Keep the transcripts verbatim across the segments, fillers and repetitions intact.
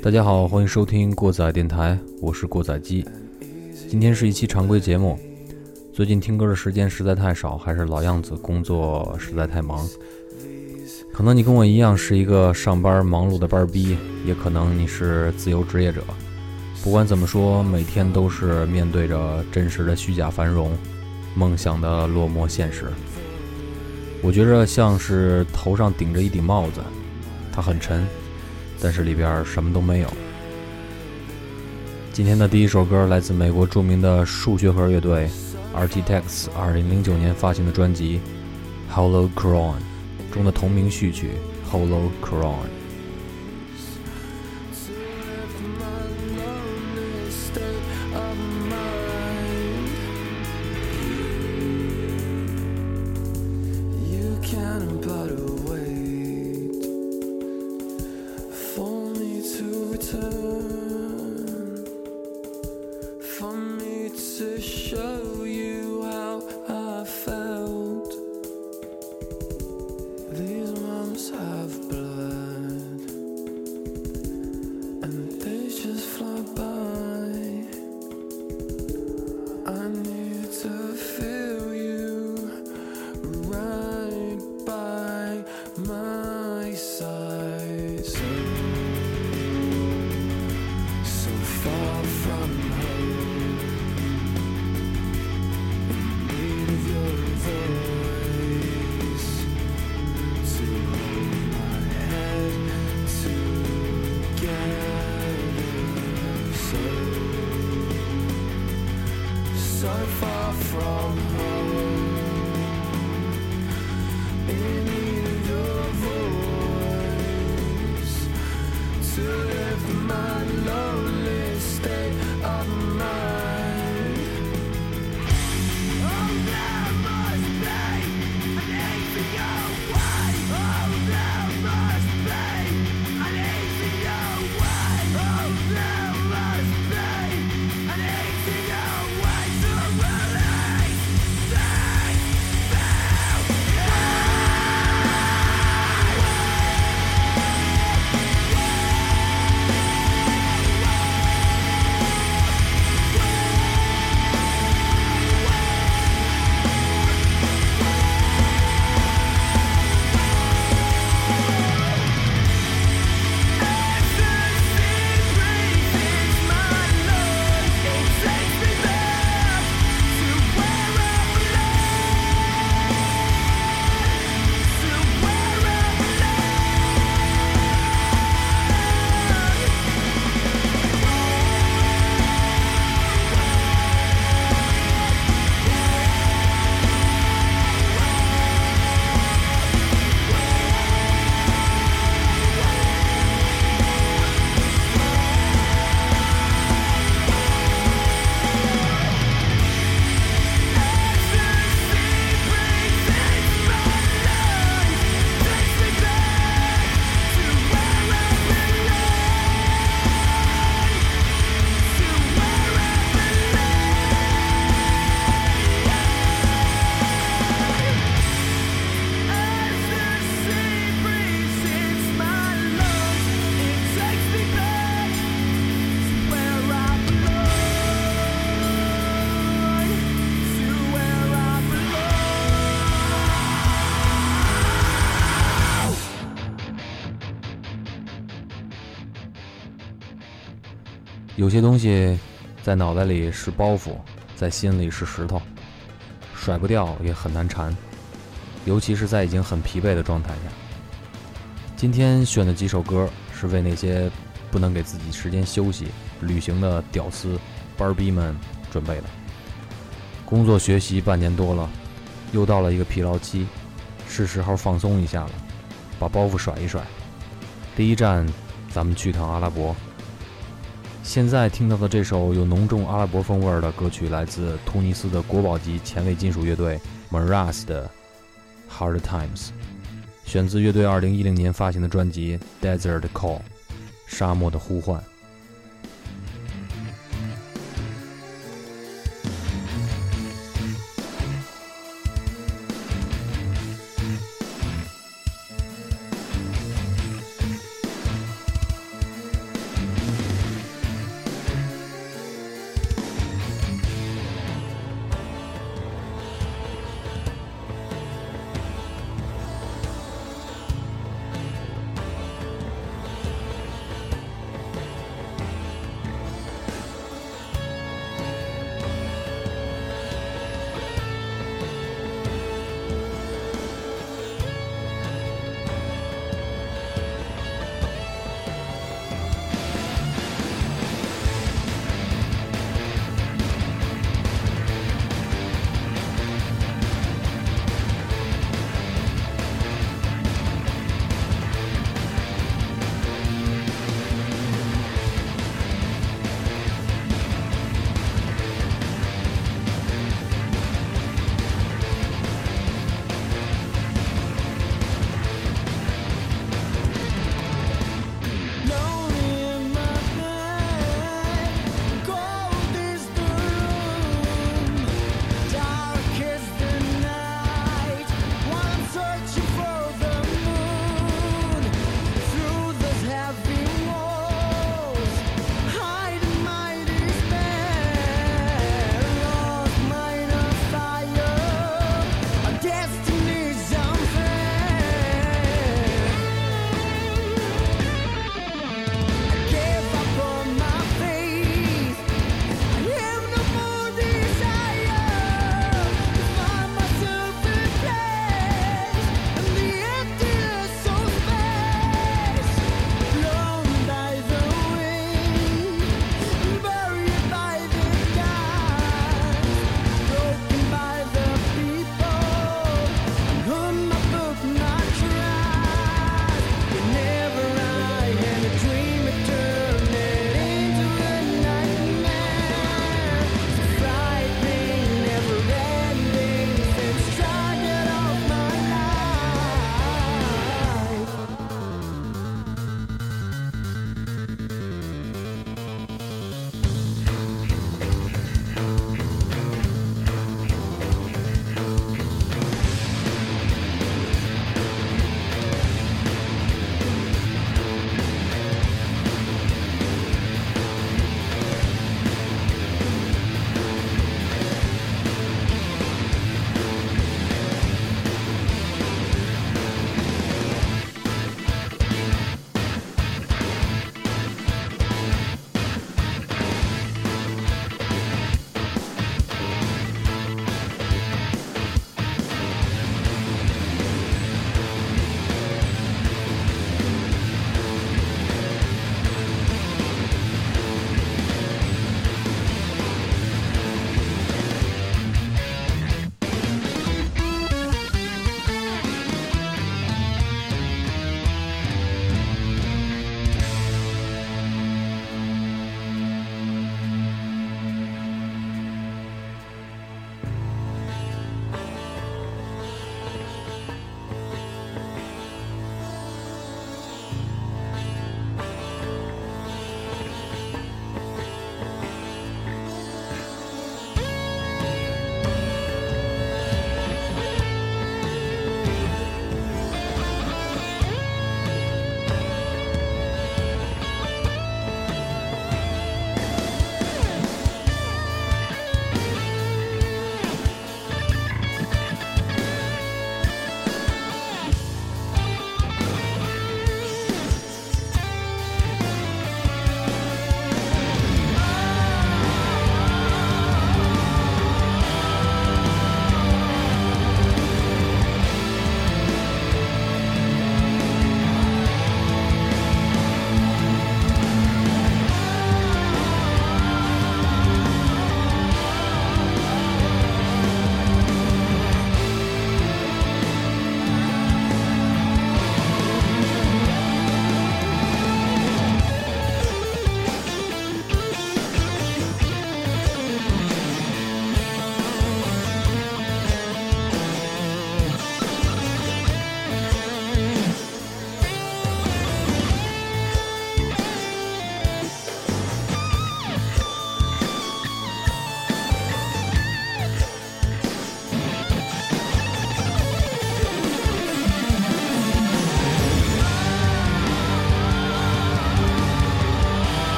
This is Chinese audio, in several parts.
大家好，欢迎收听过载电台，我是过载机。今天是一期常规节目，最近听歌的时间实在太少，还是老样子，工作实在太忙。可能你跟我一样是一个上班忙碌的班逼，也可能你是自由职业者。不管怎么说，每天都是面对着真实的虚假繁荣，梦想的落寞现实。我觉着像是头上顶着一顶帽子，它很沉，但是里边什么都没有。今天的第一首歌来自美国著名的数学盒乐队 Architects 二零零九年发行的专辑 Hollow Crown 中的同名序曲 Hollow Crown。有些东西在脑袋里是包袱，在心里是石头，甩不掉也很难缠，尤其是在已经很疲惫的状态下。今天选的几首歌是为那些不能给自己时间休息旅行的屌丝班逼们准备的。工作学习半年多了，又到了一个疲劳期，是时候放松一下了，把包袱甩一甩。第一站咱们去趟阿拉伯。现在听到的这首有浓重阿拉伯风味的歌曲来自突尼斯的国宝级前卫金属乐队 Maras 的 Hard Times， 选自乐队二零一零年发行的专辑 Desert Call 沙漠的呼唤。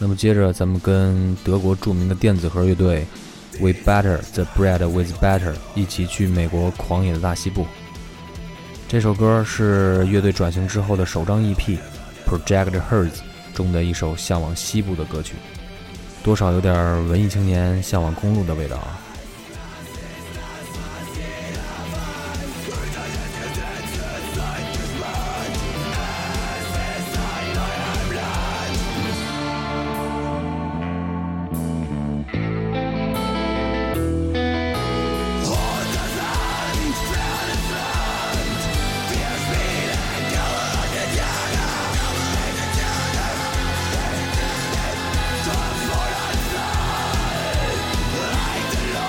那么接着咱们跟德国著名的电子盒乐队 We Batter the Bread with Butter 一起去美国狂野的大西部。这首歌是乐队转型之后的首张 E P Project Hertz 中的一首向往西部的歌曲，多少有点文艺青年向往公路的味道啊。 Like the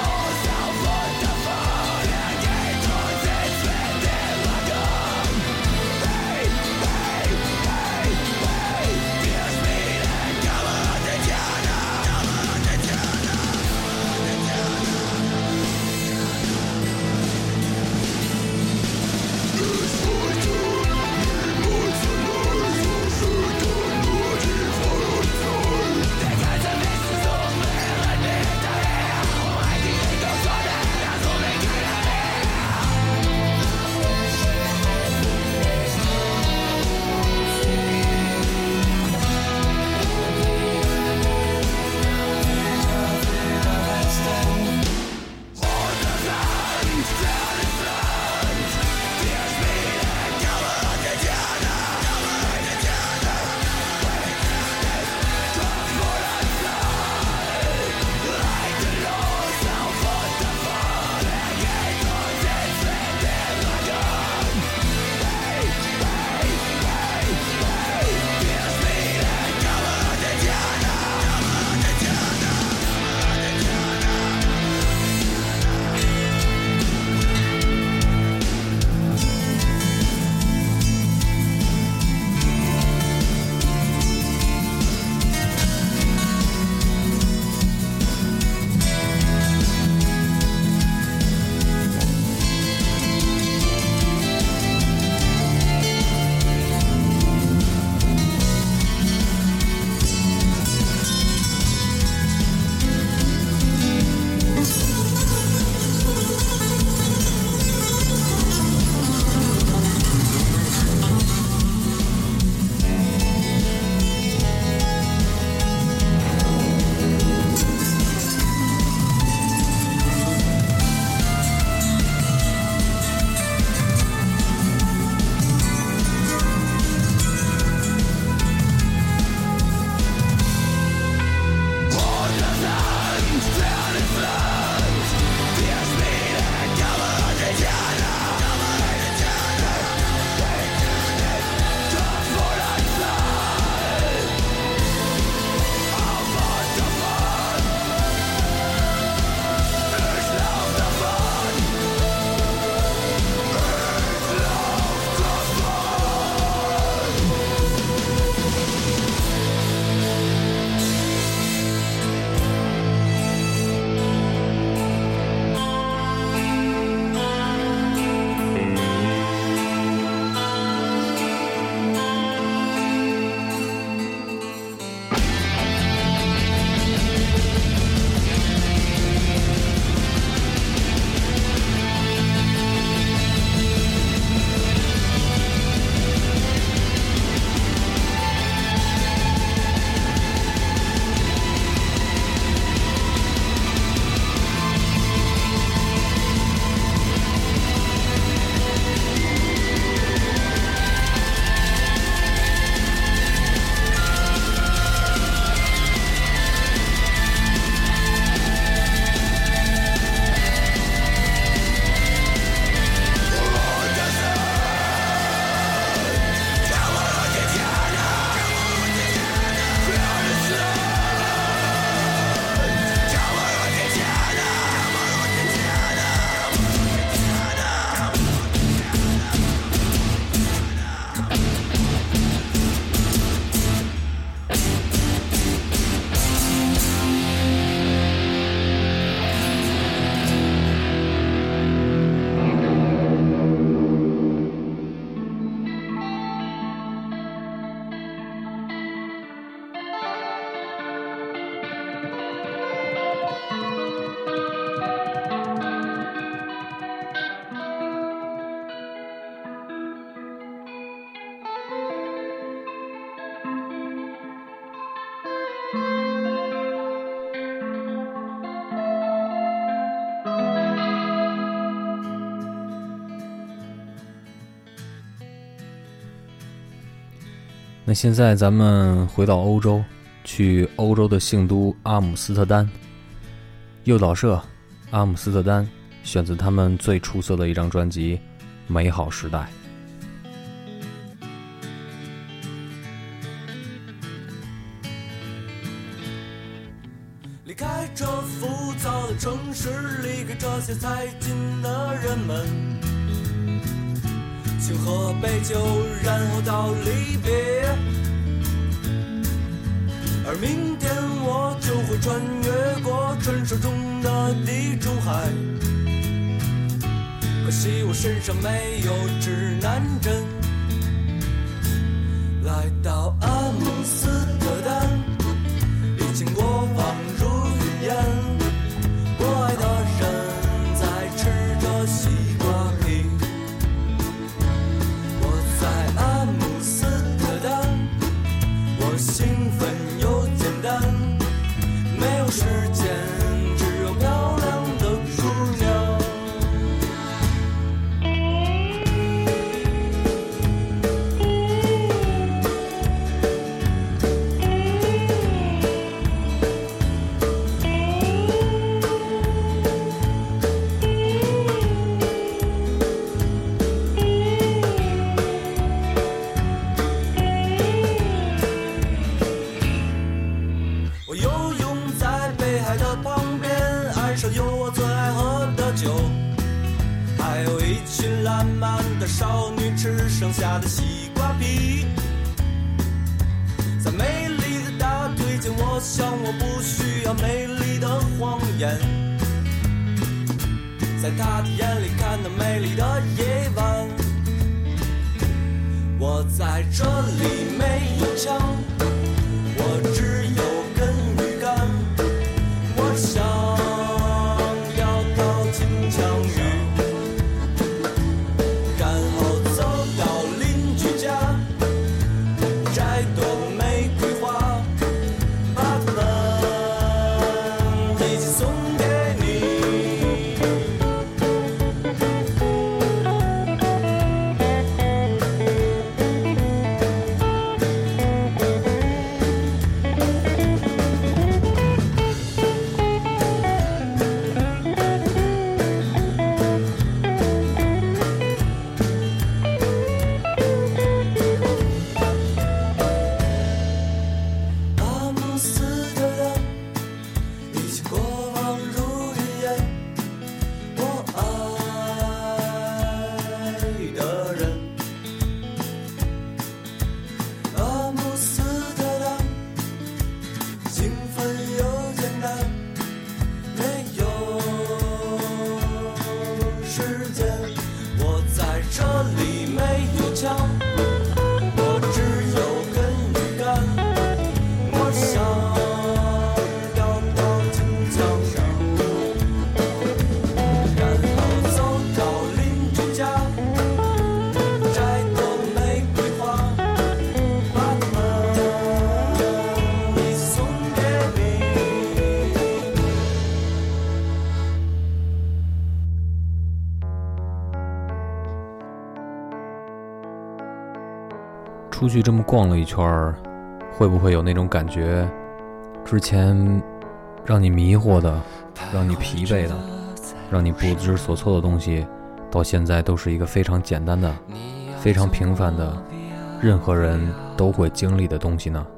那现在咱们回到欧洲，去欧洲的姓都阿姆斯特丹。诱导社阿姆斯特丹选自他们最出色的一张专辑《美好时代》。 离开这浮躁的城市，离开这些才近的人们，请喝杯酒，然后到离别。而明天我就会穿越过传说中的地中海，可惜我身上没有指南针。来到阿姆斯特丹，已经过往如云烟，我爱的人在吃着西瓜皮。我在阿姆斯特丹，我兴奋又简单，没有时间，只有漂亮的姑娘。我游泳在北海的旁边，岸上有我最爱喝的酒，还有一群烂漫的少女吃剩下的西瓜皮。在美丽的大腿间，我想我不需要美丽的谎言，在她的眼里看到美丽的夜晚。我在这里没有枪，我只有根鱼竿，我想要靠近枪鱼，然后走到邻居家，摘朵玫瑰花，把它们一起送给你。阿姆斯特丹，已经过往如云烟，我爱的人。阿姆斯特丹，兴奋又简单，没有时间。我在这里没有枪，我只有根鱼竿，我想要靠近墙上，然后走到邻居家，摘朵玫瑰花，把它们一起送给你。 出去这么逛了一圈儿，会不会有那种感觉，之前让你迷惑的，让你疲惫的，让你不知所措的东西，到现在都是一个非常简单的、非常平凡的，任何人都会经历的东西呢？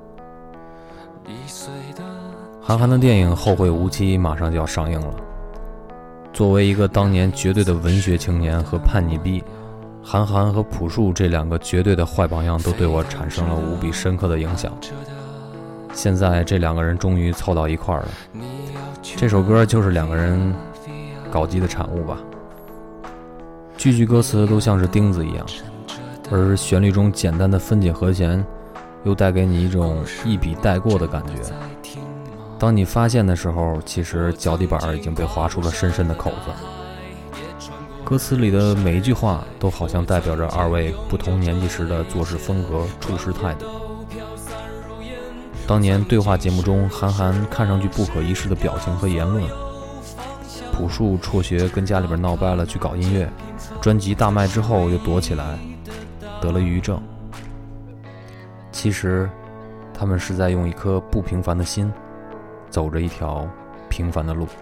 韩寒的电影《后会无期》马上就要上映了。作为一个当年绝对的文学青年和叛逆逼，韩寒和朴树这两个绝对的坏榜样都对我产生了无比深刻的影响。现在这两个人终于凑到一块儿了，这首歌就是两个人搞基的产物吧。句句歌词都像是钉子一样，而旋律中简单的分解和弦又带给你一种一笔带过的感觉。当你发现的时候，其实脚底板已经被划出了深深的口子。歌词里的每一句话都好像代表着二位不同年纪时的做事风格、处事态度。当年对话节目中，韩寒看上去不可一世的表情和言论，朴树辍学跟家里边闹掰了去搞音乐，专辑大卖之后又躲起来得了抑郁症。 其实他们是在用一颗不平凡的心走着一条平凡的路。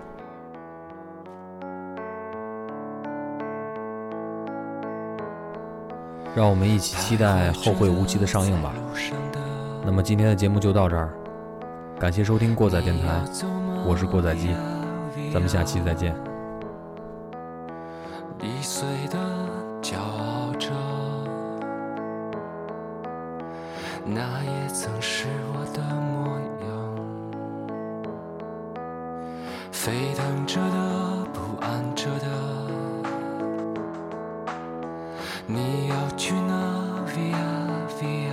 让我们一起期待《后会无期》的上映吧。那么今天的节目就到这儿，感谢收听过载电台，我是过载机，咱们下期再见。 易碎的骄傲着，那也曾是我的模样，沸腾着的，不安着的，你要去哪 ？Via Via，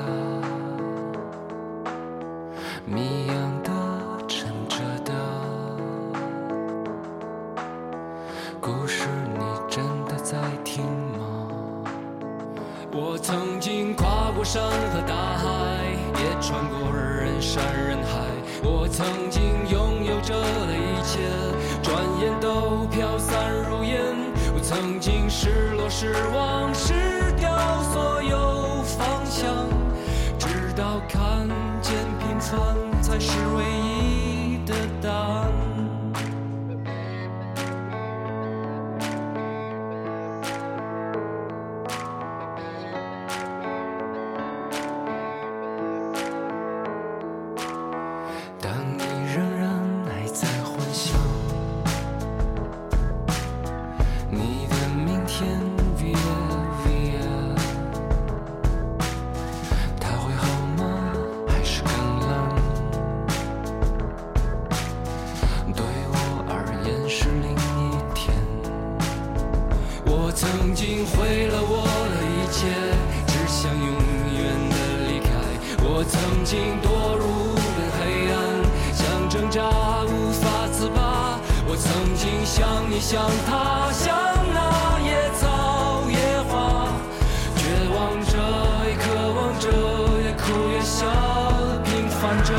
谜样的，沉着的，故事你真的在听吗？我曾经跨过山和大海，也穿过人山人海。我曾经拥有着的一切，转眼都飘散如烟。我曾经失落失望失掉所有方向，直到看见平凡才是唯一的答案。当你仍然还在幻想你的明天 Via Via， 它会好吗？还是更冷？对我而言是另一天。我曾经毁了我的一切，只想永远的离开。我曾经堕入黑暗，想挣扎无法自拔。我曾经像你像他，像那野草野花，绝望着也渴望着，也哭也笑，平凡着。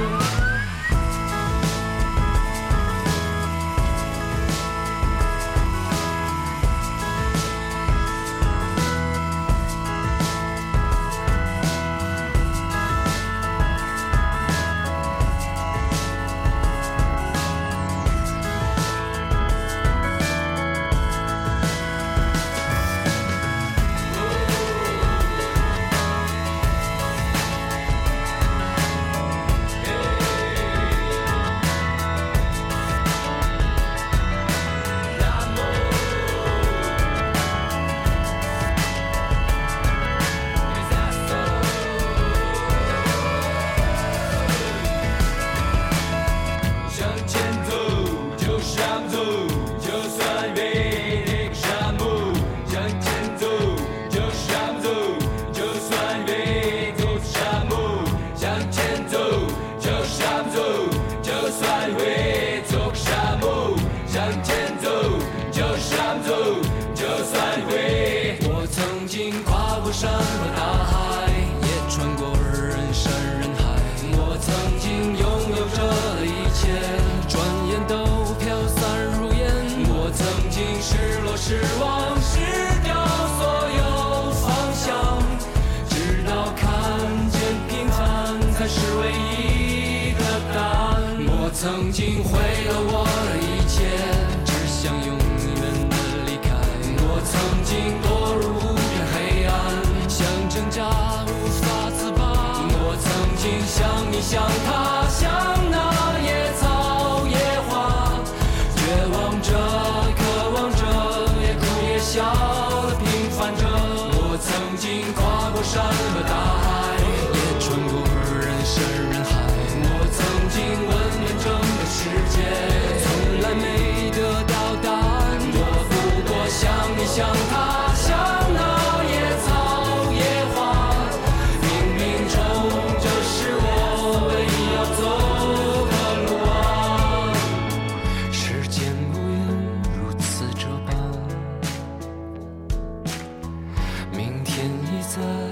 山和大海，也穿过人山人海。我曾经拥有着的一切，转眼都飘散如烟。我曾经失落失望失掉所有方向，直到看见平凡才是唯一的答案。我曾经毁了我的一切，只想永远的离开。我曾经堕入黑暗，挣扎无法自拔。我曾经像你像他，像那野草野花，绝望着渴望着，也哭也笑的平凡着。我曾经跨过山和大海，也穿过人山人海。我曾经问遍整个世界，从来没得到答案。我不过像你像他，像那野草明天已在